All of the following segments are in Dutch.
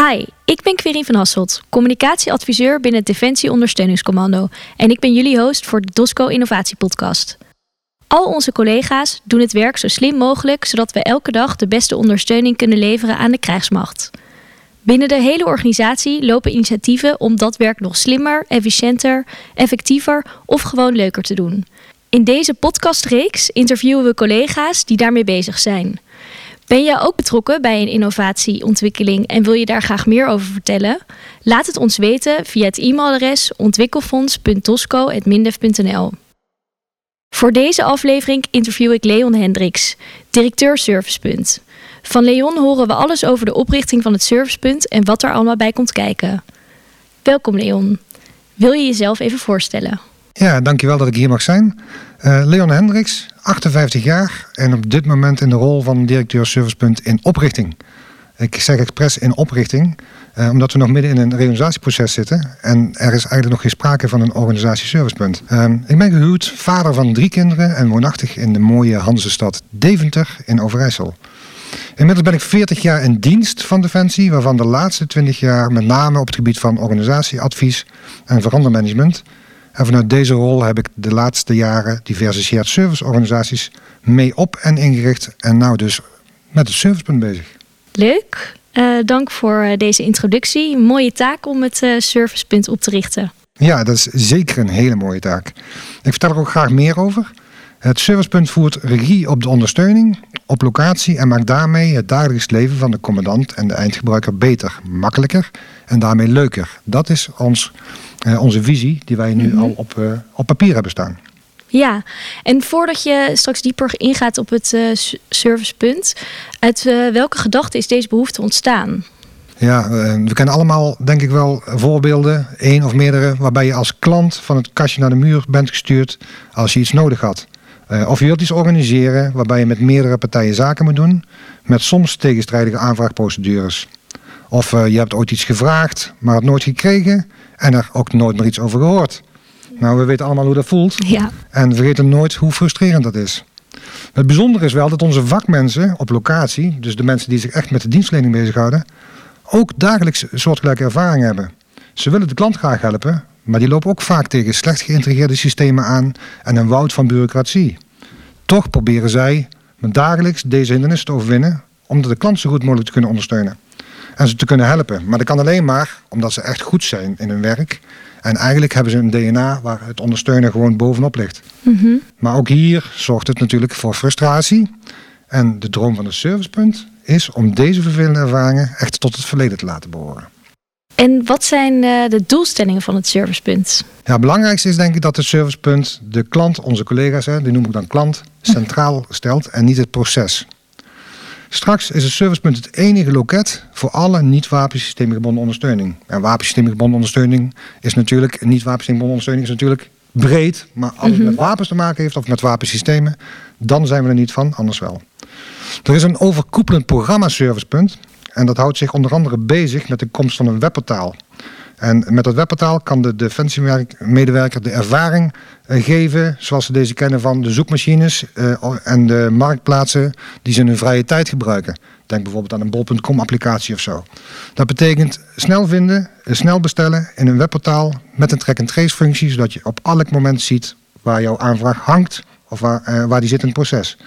Hi, ik ben Querien van Hasselt, communicatieadviseur binnen het Defensie Ondersteuningscommando en ik ben jullie host voor de DOSCO Innovatiepodcast. Al onze collega's doen het werk zo slim mogelijk, zodat we elke dag de beste ondersteuning kunnen leveren aan de krijgsmacht. Binnen de hele organisatie lopen initiatieven om dat werk nog slimmer, efficiënter, effectiever of gewoon leuker te doen. In deze podcastreeks interviewen we collega's die daarmee bezig zijn. Ben jij ook betrokken bij een innovatieontwikkeling en wil je daar graag meer over vertellen? Laat het ons weten via het e-mailadres ontwikkelfonds.tosco@mindef.nl. Voor deze aflevering interview ik Leon Hendricks, directeur Servicepunt. Van Leon horen we alles over de oprichting van het Servicepunt en wat er allemaal bij komt kijken. Welkom Leon. Wil je jezelf even voorstellen? Ja, dankjewel dat ik hier mag zijn. Leon Hendricks, 58 jaar en op dit moment in de rol van directeur Servicepunt in oprichting. Ik zeg expres in oprichting, omdat we nog midden in een reorganisatieproces zitten en er is eigenlijk nog geen sprake van een organisatie Servicepunt. Ik ben gehuwd, vader van 3 kinderen en woonachtig in de mooie Hanzestad Deventer in Overijssel. Inmiddels ben ik 40 jaar in dienst van Defensie, waarvan de laatste 20 jaar met name op het gebied van organisatieadvies en verandermanagement. En vanuit deze rol heb ik de laatste jaren diverse shared service organisaties mee op en ingericht en nou dus met het Servicepunt bezig. Leuk. Dank voor deze introductie. Een mooie taak om het Servicepunt op te richten. Ja, dat is zeker een hele mooie taak. Ik vertel er ook graag meer over. Het Servicepunt voert regie op de ondersteuning op locatie en maakt daarmee het dagelijks leven van de commandant en de eindgebruiker beter, makkelijker en daarmee leuker. Dat is onze visie die wij nu al op papier hebben staan. Ja, en voordat je straks dieper ingaat op het Servicepunt, uit welke gedachte is deze behoefte ontstaan? Ja, we kennen allemaal denk ik wel voorbeelden, 1 of meerdere, waarbij je als klant van het kastje naar de muur bent gestuurd als je iets nodig had. Of je wilt iets organiseren waarbij je met meerdere partijen zaken moet doen, met soms tegenstrijdige aanvraagprocedures. Of je hebt ooit iets gevraagd, maar het nooit gekregen en er ook nooit meer iets over gehoord. Nou, we weten allemaal hoe dat voelt. Ja. En we vergeten nooit hoe frustrerend dat is. Het bijzondere is wel dat onze vakmensen op locatie, dus de mensen die zich echt met de dienstverlening bezighouden, ook dagelijks soortgelijke ervaring hebben. Ze willen de klant graag helpen, maar die lopen ook vaak tegen slecht geïntegreerde systemen aan en een woud van bureaucratie. Toch proberen zij dagelijks deze hindernissen te overwinnen om de klant zo goed mogelijk te kunnen ondersteunen. En ze te kunnen helpen. Maar dat kan alleen maar omdat ze echt goed zijn in hun werk. En eigenlijk hebben ze een DNA waar het ondersteunen gewoon bovenop ligt. Mm-hmm. Maar ook hier zorgt het natuurlijk voor frustratie. En de droom van het Servicepunt is om deze vervelende ervaringen echt tot het verleden te laten behoren. En wat zijn de doelstellingen van het Servicepunt? Ja, het belangrijkste is denk ik dat het Servicepunt de klant, onze collega's, die noem ik dan klant, centraal stelt en niet het proces. Straks is het Servicepunt het enige loket voor alle niet-wapensysteemgebonden ondersteuning. En wapensysteemgebonden ondersteuning is natuurlijk, niet-wapensysteemgebonden ondersteuning is natuurlijk breed, maar als het met wapens te maken heeft of met wapensystemen, dan zijn we er niet van, anders wel. Er is een overkoepelend programma Servicepunt en dat houdt zich onder andere bezig met de komst van een webportaal. En met dat webportaal kan de defensiemedewerker de ervaring geven zoals ze deze kennen van de zoekmachines en de marktplaatsen die ze in hun vrije tijd gebruiken. Denk bijvoorbeeld aan een bol.com applicatie of zo. Dat betekent snel vinden, snel bestellen in een webportaal met een track-and-trace functie, zodat je op elk moment ziet waar jouw aanvraag hangt of waar die zit in het proces.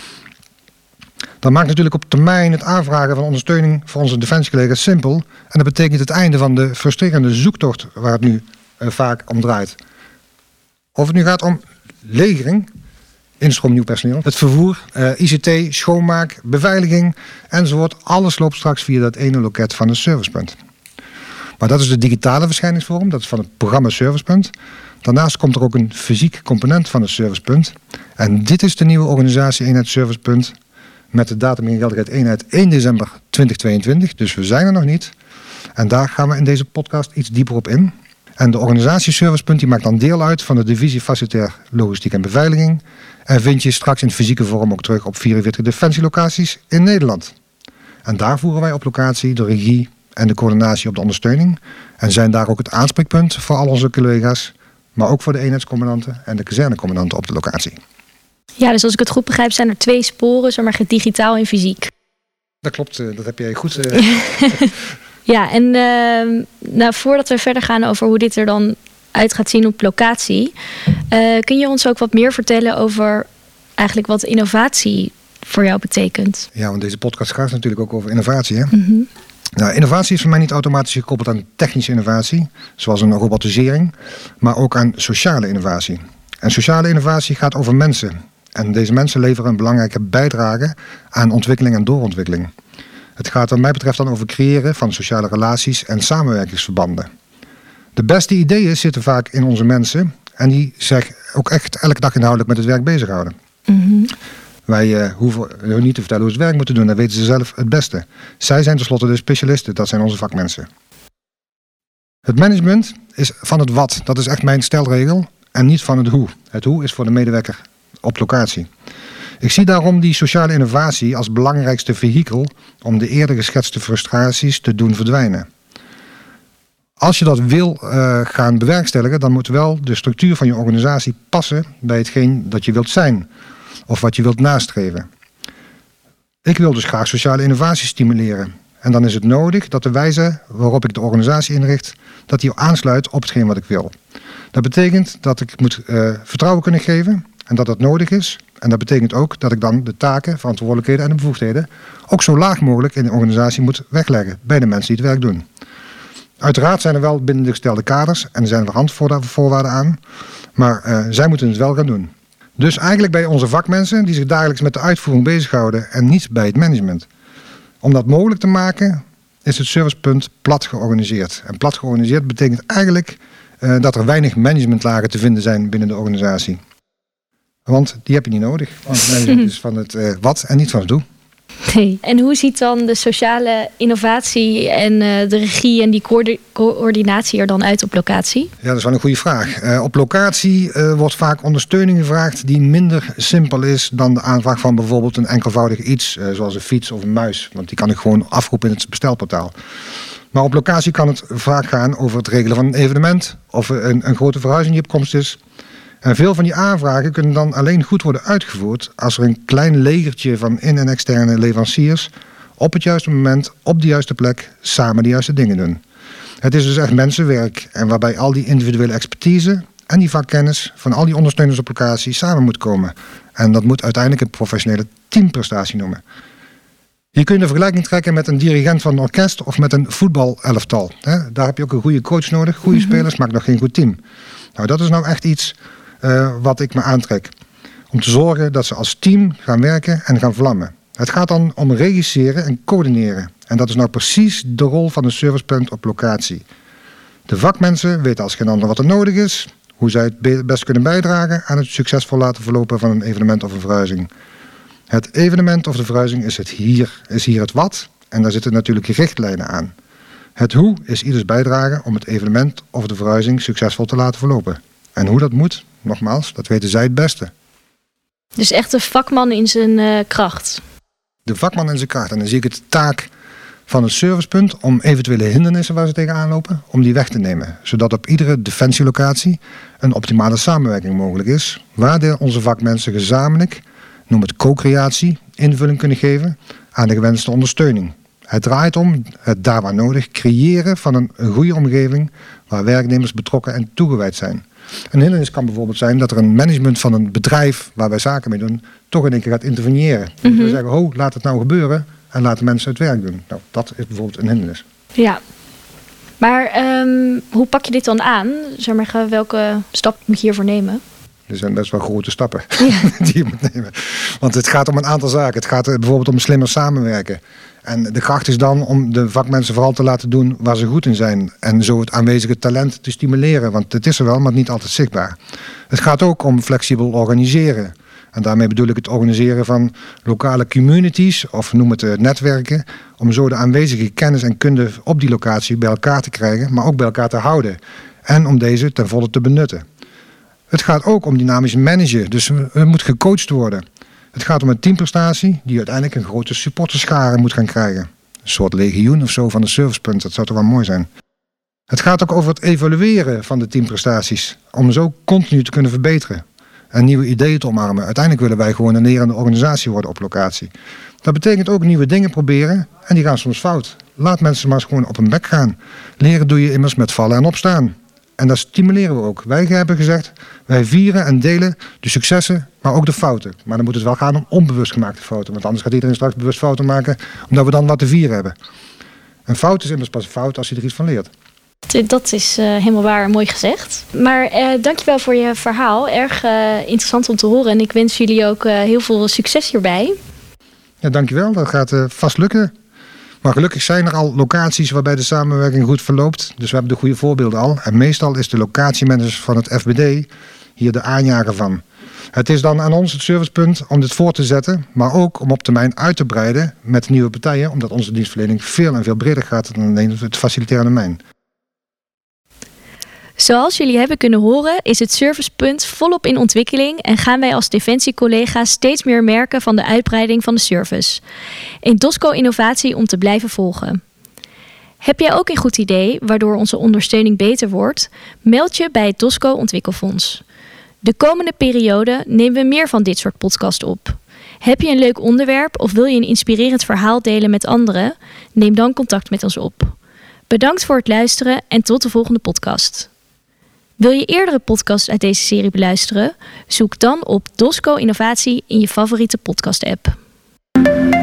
Dat maakt natuurlijk op termijn het aanvragen van ondersteuning voor onze defensiecollega's simpel. En dat betekent het einde van de frustrerende zoektocht waar het nu vaak om draait. Of het nu gaat om legering, instroom nieuw personeel, het vervoer, ICT, schoonmaak, beveiliging enzovoort. Alles loopt straks via dat ene loket van het Servicepunt. Maar dat is de digitale verschijningsvorm, dat is van het programma Servicepunt. Daarnaast komt er ook een fysiek component van het Servicepunt. En dit is de nieuwe organisatie-eenheid Servicepunt met de datum en geldigheid eenheid 1 december 2022. Dus we zijn er nog niet. En daar gaan we in deze podcast iets dieper op in. En de organisatie Servicepunt die maakt dan deel uit van de divisie facilitair logistiek en beveiliging. En vind je straks in fysieke vorm ook terug op 44 defensielocaties in Nederland. En daar voeren wij op locatie de regie en de coördinatie op de ondersteuning. En zijn daar ook het aanspreekpunt voor al onze collega's, maar ook voor de eenheidscommandanten en de kazernecommandanten op de locatie. Ja, dus als ik het goed begrijp zijn er 2 sporen, zeg maar digitaal en fysiek. Dat klopt, dat heb jij goed Ja, en voordat we verder gaan over hoe dit er dan uit gaat zien op locatie, kun je ons ook wat meer vertellen over eigenlijk wat innovatie voor jou betekent? Ja, want deze podcast gaat natuurlijk ook over innovatie, hè? Mm-hmm. Nou, innovatie is voor mij niet automatisch gekoppeld aan technische innovatie, zoals een robotisering, maar ook aan sociale innovatie. En sociale innovatie gaat over mensen. En deze mensen leveren een belangrijke bijdrage aan ontwikkeling en doorontwikkeling. Het gaat wat mij betreft dan over creëren van sociale relaties en samenwerkingsverbanden. De beste ideeën zitten vaak in onze mensen en die zich ook echt elke dag inhoudelijk met het werk bezighouden. Mm-hmm. Wij hoeven hun niet te vertellen hoe ze het werk moeten doen, dat weten ze zelf het beste. Zij zijn tenslotte de specialisten, dat zijn onze vakmensen. Het management is van het wat, dat is echt mijn stelregel, en niet van het hoe. Het hoe is voor de medewerker op locatie. Ik zie daarom die sociale innovatie als belangrijkste vehikel om de eerder geschetste frustraties te doen verdwijnen. Als je dat wil gaan bewerkstelligen, dan moet wel de structuur van je organisatie passen bij hetgeen dat je wilt zijn of wat je wilt nastreven. Ik wil dus graag sociale innovatie stimuleren. En dan is het nodig dat de wijze waarop ik de organisatie inricht, dat die aansluit op hetgeen wat ik wil. Dat betekent dat ik moet vertrouwen kunnen geven en dat dat nodig is. En dat betekent ook dat ik dan de taken, verantwoordelijkheden en de bevoegdheden ook zo laag mogelijk in de organisatie moet wegleggen bij de mensen die het werk doen. Uiteraard zijn er wel binnen de gestelde kaders en er zijn er randvoorwaarden aan, maar zij moeten het wel gaan doen. Dus eigenlijk bij onze vakmensen die zich dagelijks met de uitvoering bezighouden en niet bij het management. Om dat mogelijk te maken is het servicepunt plat georganiseerd. En plat georganiseerd betekent eigenlijk dat er weinig managementlagen te vinden zijn binnen de organisatie. Want die heb je niet nodig. Want het management is van het wat en niet van het hoe. Nee. En hoe ziet dan de sociale innovatie en de regie en die coördinatie er dan uit op locatie? Ja, dat is wel een goede vraag. Op locatie wordt vaak ondersteuning gevraagd die minder simpel is dan de aanvraag van bijvoorbeeld een enkelvoudig iets, zoals een fiets of een muis. Want die kan ik gewoon afroepen in het bestelportaal. Maar op locatie kan het vaak gaan over het regelen van een evenement of een grote verhuizing die op komst is. En veel van die aanvragen kunnen dan alleen goed worden uitgevoerd als er een klein legertje van in- en externe leveranciers op het juiste moment, op de juiste plek, samen de juiste dingen doen. Het is dus echt mensenwerk en waarbij al die individuele expertise en die vakkennis van al die ondersteuners op locatie samen moet komen. En dat moet uiteindelijk een professionele teamprestatie noemen. Hier kun je de vergelijking trekken met een dirigent van een orkest of met een voetbalelftal. Daar heb je ook een goede coach nodig. Goede spelers maakt nog geen goed team. Nou, dat is nou echt iets wat ik me aantrek. Om te zorgen dat ze als team gaan werken en gaan vlammen. Het gaat dan om regisseren en coördineren. En dat is nou precies de rol van een servicepunt op locatie. De vakmensen weten als geen ander wat er nodig is, hoe zij het best kunnen bijdragen aan het succesvol laten verlopen van een evenement of een verhuizing. Het evenement of de verhuizing is hier het wat en daar zitten natuurlijk richtlijnen aan. Het hoe is ieders bijdrage om het evenement of de verhuizing succesvol te laten verlopen. En hoe dat moet, nogmaals, dat weten zij het beste. Dus echt de vakman in zijn kracht. De vakman in zijn kracht. En dan zie ik het taak van het servicepunt om eventuele hindernissen waar ze tegenaan lopen, om die weg te nemen. Zodat op iedere defensielocatie een optimale samenwerking mogelijk is. Waar onze vakmensen gezamenlijk, noem het co-creatie, invulling kunnen geven aan de gewenste ondersteuning. Het draait om het daar waar nodig creëren van een goede omgeving waar werknemers betrokken en toegewijd zijn. Een hindernis kan bijvoorbeeld zijn dat er een management van een bedrijf waar wij zaken mee doen toch in één keer gaat interveneren. We zeggen, laat het nou gebeuren en laat de mensen het werk doen. Nou, dat is bijvoorbeeld een hindernis. Ja, maar hoe pak je dit dan aan? Zeg maar, welke stap moet je hiervoor nemen? Er zijn best wel grote stappen die je moet nemen. Want het gaat om een aantal zaken. Het gaat bijvoorbeeld om slimmer samenwerken. En de kracht is dan om de vakmensen vooral te laten doen waar ze goed in zijn. En zo het aanwezige talent te stimuleren. Want het is er wel, maar niet altijd zichtbaar. Het gaat ook om flexibel organiseren. En daarmee bedoel ik het organiseren van lokale communities, of noem het netwerken, om zo de aanwezige kennis en kunde op die locatie bij elkaar te krijgen, maar ook bij elkaar te houden. En om deze ten volle te benutten. Het gaat ook om dynamisch managen, dus er moet gecoacht worden. Het gaat om een teamprestatie die uiteindelijk een grote supporterschare moet gaan krijgen. Een soort legioen of zo van een servicepunt, dat zou toch wel mooi zijn. Het gaat ook over het evalueren van de teamprestaties, om zo continu te kunnen verbeteren. En nieuwe ideeën te omarmen. Uiteindelijk willen wij gewoon een lerende organisatie worden op locatie. Dat betekent ook nieuwe dingen proberen en die gaan soms fout. Laat mensen maar eens gewoon op hun bek gaan. Leren doe je immers met vallen en opstaan. En dat stimuleren we ook. Wij hebben gezegd, wij vieren en delen de successen, maar ook de fouten. Maar dan moet het wel gaan om onbewust gemaakte fouten. Want anders gaat iedereen straks bewust fouten maken, omdat we dan wat te vieren hebben. Een fout is immers pas een fout als je er iets van leert. Dat is helemaal waar, mooi gezegd. Maar dankjewel voor je verhaal. Erg interessant om te horen. En ik wens jullie ook heel veel succes hierbij. Ja, dankjewel. Dat gaat vast lukken. Maar gelukkig zijn er al locaties waarbij de samenwerking goed verloopt. Dus we hebben de goede voorbeelden al. En meestal is de locatiemanager van het FBD hier de aanjager van. Het is dan aan ons het servicepunt om dit voor te zetten. Maar ook om op termijn uit te breiden met nieuwe partijen. Omdat onze dienstverlening veel en veel breder gaat dan alleen het faciliteren domein. Zoals jullie hebben kunnen horen is het servicepunt volop in ontwikkeling en gaan wij als defensiecollega's steeds meer merken van de uitbreiding van de service. Een DOSCO innovatie om te blijven volgen. Heb jij ook een goed idee waardoor onze ondersteuning beter wordt? Meld je bij het DOSCO Ontwikkelfonds. De komende periode nemen we meer van dit soort podcasts op. Heb je een leuk onderwerp of wil je een inspirerend verhaal delen met anderen? Neem dan contact met ons op. Bedankt voor het luisteren en tot de volgende podcast. Wil je eerdere podcasts uit deze serie beluisteren? Zoek dan op DOSCO Innovatie in je favoriete podcast-app.